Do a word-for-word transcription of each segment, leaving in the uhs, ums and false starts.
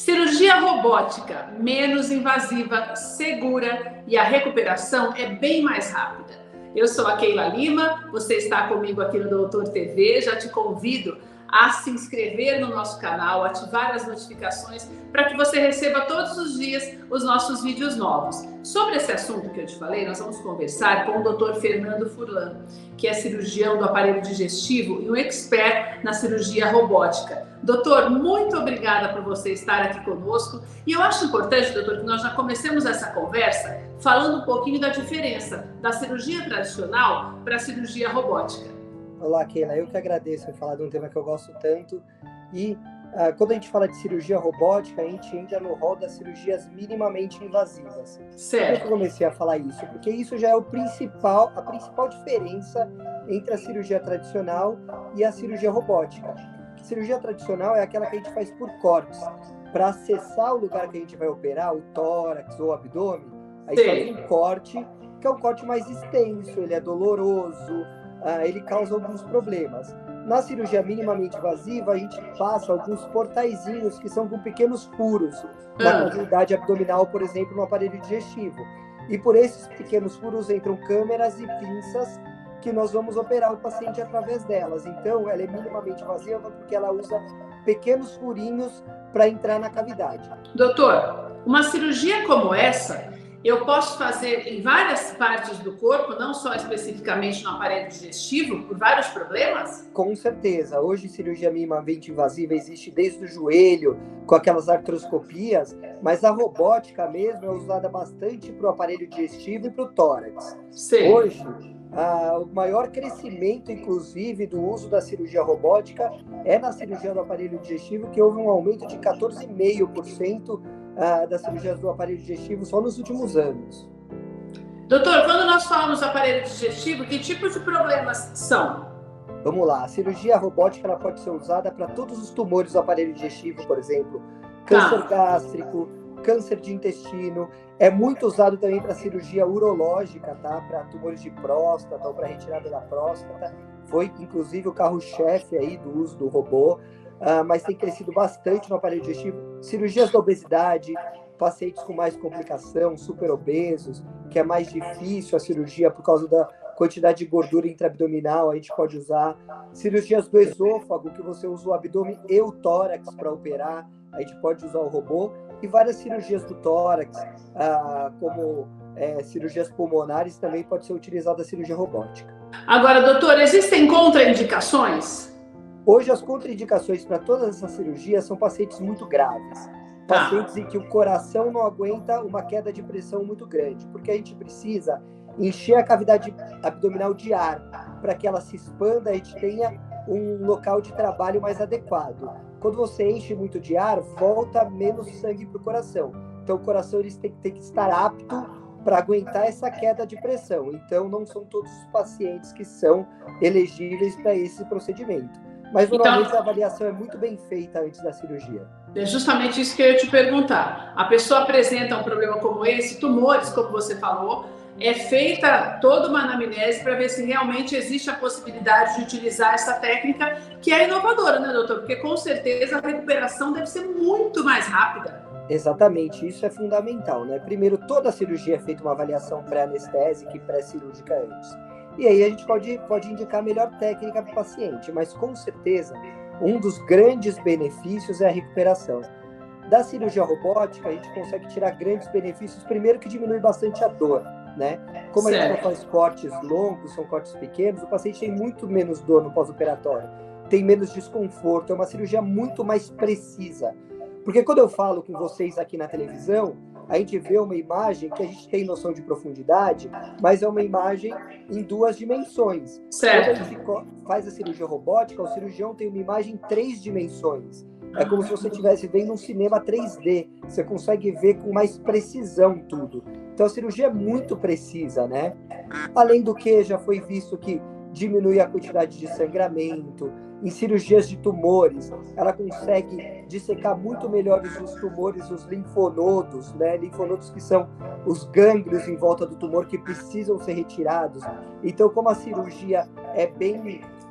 Cirurgia robótica, menos invasiva, segura e a recuperação é bem mais rápida. Eu sou a Keila Lima, você está comigo aqui no Doutor T V, já te convido a se inscrever no nosso canal, ativar as notificações para que você receba todos os dias os nossos vídeos novos. Sobre esse assunto que eu te falei, nós vamos conversar com o doutor Fernando Furlan, que é cirurgião do aparelho digestivo e um expert na cirurgia robótica. Doutor, muito obrigada por você estar aqui conosco. E eu acho importante, doutor, que nós já comecemos essa conversa falando um pouquinho da diferença da cirurgia tradicional para a cirurgia robótica. Olá, Keila. Eu que agradeço em falar de um tema que eu gosto tanto. E uh, quando a gente fala de cirurgia robótica, a gente entra no rol das cirurgias minimamente invasivas. Certo. Por que eu comecei a falar isso? Porque isso já é o principal, a principal diferença entre a cirurgia tradicional e a cirurgia robótica. A cirurgia tradicional é aquela que a gente faz por cortes. Para acessar o lugar que a gente vai operar, o tórax ou o abdômen, a gente faz um corte, que é um corte mais extenso, ele é doloroso, Uh, ele causa alguns problemas. Na cirurgia minimamente invasiva, a gente passa alguns portaizinhos que são com pequenos furos na cavidade abdominal, por exemplo, no aparelho digestivo. E por esses pequenos furos entram câmeras e pinças que nós vamos operar o paciente através delas. Então, ela é minimamente invasiva porque ela usa pequenos furinhos para entrar na cavidade. Doutor, uma cirurgia como essa, eu posso fazer em várias partes do corpo, não só especificamente no aparelho digestivo, por vários problemas? Com certeza. Hoje, cirurgia minimamente invasiva existe desde o joelho, com aquelas artroscopias, mas a robótica mesmo é usada bastante para o aparelho digestivo e para o tórax. Sim. Hoje, ah, o maior crescimento, inclusive, do uso da cirurgia robótica é na cirurgia do aparelho digestivo, que houve um aumento de quatorze vírgula cinco por cento Uh, das cirurgias do aparelho digestivo só nos últimos anos. Doutor, quando nós falamos do aparelho digestivo, que tipo de problemas são? Vamos lá, a cirurgia robótica ela pode ser usada para todos os tumores do aparelho digestivo, por exemplo, câncer tá. gástrico, câncer de intestino, é muito usado também para cirurgia urológica, tá? Para tumores de próstata ou para retirada da próstata, foi inclusive o carro-chefe aí do uso do robô. Uh, mas tem crescido bastante no aparelho digestivo. Cirurgias da obesidade, pacientes com mais complicação, super obesos, que é mais difícil a cirurgia por causa da quantidade de gordura intraabdominal, a gente pode usar. Cirurgias do esôfago, que você usa o abdômen e o tórax para operar, a gente pode usar o robô. E várias cirurgias do tórax, uh, como é, cirurgias pulmonares, também pode ser utilizada a cirurgia robótica. Agora, doutor, existem contraindicações? Hoje, as contraindicações para todas essas cirurgias são pacientes muito graves. Pacientes ah. em que o coração não aguenta uma queda de pressão muito grande, porque a gente precisa encher a cavidade abdominal de ar para que ela se expanda e a gente tenha um local de trabalho mais adequado. Quando você enche muito de ar, volta menos sangue para o coração. Então, o coração eles tem, tem que estar apto para aguentar essa queda de pressão. Então, não são todos os pacientes que são elegíveis para esse procedimento. Mas, normalmente, então, a avaliação é muito bem feita antes da cirurgia. É justamente isso que eu ia te perguntar. A pessoa apresenta um problema como esse, tumores, como você falou, é feita toda uma anamnese para ver se realmente existe a possibilidade de utilizar essa técnica, que é inovadora, né, doutor? Porque, com certeza, a recuperação deve ser muito mais rápida. Exatamente, isso é fundamental, né? Primeiro, toda a cirurgia é feita uma avaliação pré-anestésica e pré-cirúrgica antes. E aí a gente pode, pode indicar a melhor técnica para o paciente, mas com certeza um dos grandes benefícios é a recuperação. Da cirurgia robótica, a gente consegue tirar grandes benefícios, primeiro que diminui bastante a dor, né? Como certo. A gente não faz cortes longos, são cortes pequenos, o paciente tem muito menos dor no pós-operatório, tem menos desconforto, é uma cirurgia muito mais precisa. Porque quando eu falo com vocês aqui na televisão, a gente vê uma imagem que a gente tem noção de profundidade, mas é uma imagem em duas dimensões. Certo. Quando a gente faz a cirurgia robótica, o cirurgião tem uma imagem em três dimensões. É como se você estivesse vendo um cinema três D. Você consegue ver com mais precisão tudo. Então a cirurgia é muito precisa, né? Além do que, já foi visto que diminui a quantidade de sangramento. Em cirurgias de tumores, ela consegue dissecar muito melhor os tumores, os linfonodos, né? Linfonodos que são os gânglios em volta do tumor que precisam ser retirados. Então, como a cirurgia é bem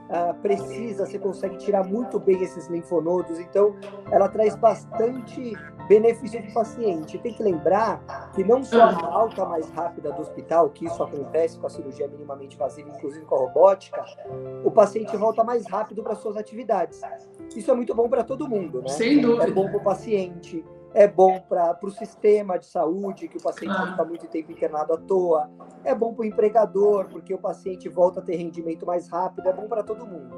uh, precisa, você consegue tirar muito bem esses linfonodos, então ela traz bastante benefício para o paciente. Tem que lembrar que não só a alta mais rápida do hospital, que isso acontece com a cirurgia minimamente invasiva, inclusive com a robótica, o paciente volta mais rápido para suas atividades. Isso é muito bom para todo mundo, né? Sem dúvida. É bom para o paciente, é bom para o sistema de saúde, que o paciente Ah. não fica muito tempo internado à toa, é bom para o empregador, porque o paciente volta a ter rendimento mais rápido, é bom para todo mundo.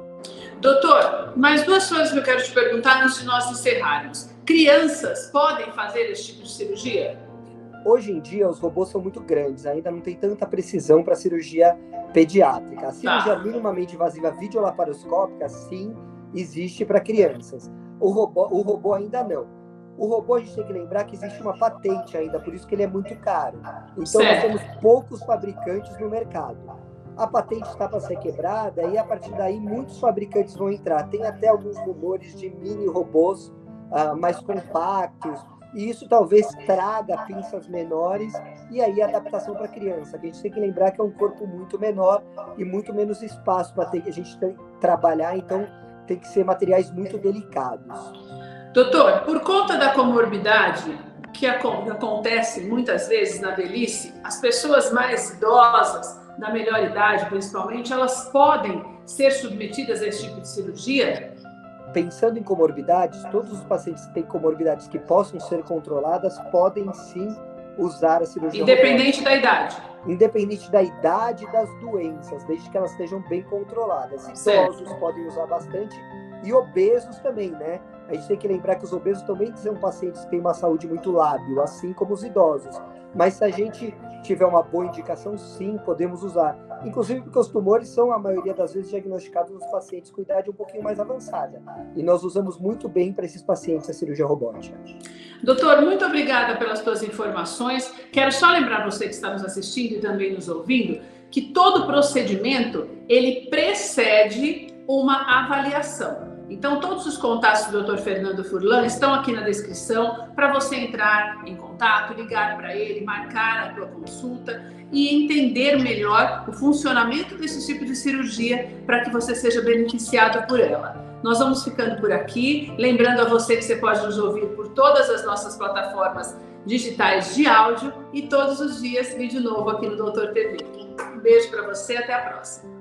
Doutor, mais duas coisas que eu quero te perguntar antes de nós encerrarmos. Crianças podem fazer esse tipo de cirurgia? Hoje em dia, os robôs são muito grandes, ainda não tem tanta precisão para cirurgia pediátrica. A cirurgia Tá. minimamente invasiva videolaparoscópica, sim, existe para crianças. O robô, o robô ainda não. O robô, a gente tem que lembrar que existe uma patente ainda, por isso que ele é muito caro. Então, Certo. nós temos poucos fabricantes no mercado. A patente está para ser quebrada e, a partir daí, muitos fabricantes vão entrar. Tem até alguns rumores de mini robôs uh, mais compactos, e isso talvez traga pinças menores e aí adaptação para a criança, que a gente tem que lembrar que é um corpo muito menor e muito menos espaço para ter que a gente tem que trabalhar, então tem que ser materiais muito delicados. Doutor, por conta da comorbidade que acontece muitas vezes na velhice, as pessoas mais idosas, da melhor idade principalmente, elas podem ser submetidas a esse tipo de cirurgia? Pensando em comorbidades, todos os pacientes que têm comorbidades que possam ser controladas podem sim usar a cirurgia Independente robótica. da idade? Independente da idade e das doenças, desde que elas estejam bem controladas. Idosos podem usar bastante e obesos também, né? A gente tem que lembrar que os obesos também são pacientes que têm uma saúde muito lábil, assim como os idosos. Mas se a gente tiver uma boa indicação, sim, podemos usar. Inclusive porque os tumores são, a maioria das vezes, diagnosticados nos pacientes com idade um pouquinho mais avançada. E nós usamos muito bem para esses pacientes a cirurgia robótica. Doutor, muito obrigada pelas suas informações. Quero só lembrar você que está nos assistindo e também nos ouvindo, que todo procedimento, ele precede uma avaliação. Então, todos os contatos do doutor Fernando Furlan estão aqui na descrição para você entrar em contato, ligar para ele, marcar a tua consulta e entender melhor o funcionamento desse tipo de cirurgia para que você seja beneficiado por ela. Nós vamos ficando por aqui, lembrando a você que você pode nos ouvir por todas as nossas plataformas digitais de áudio e todos os dias vídeo novo aqui no Doutor T V. Um beijo para você, até a próxima.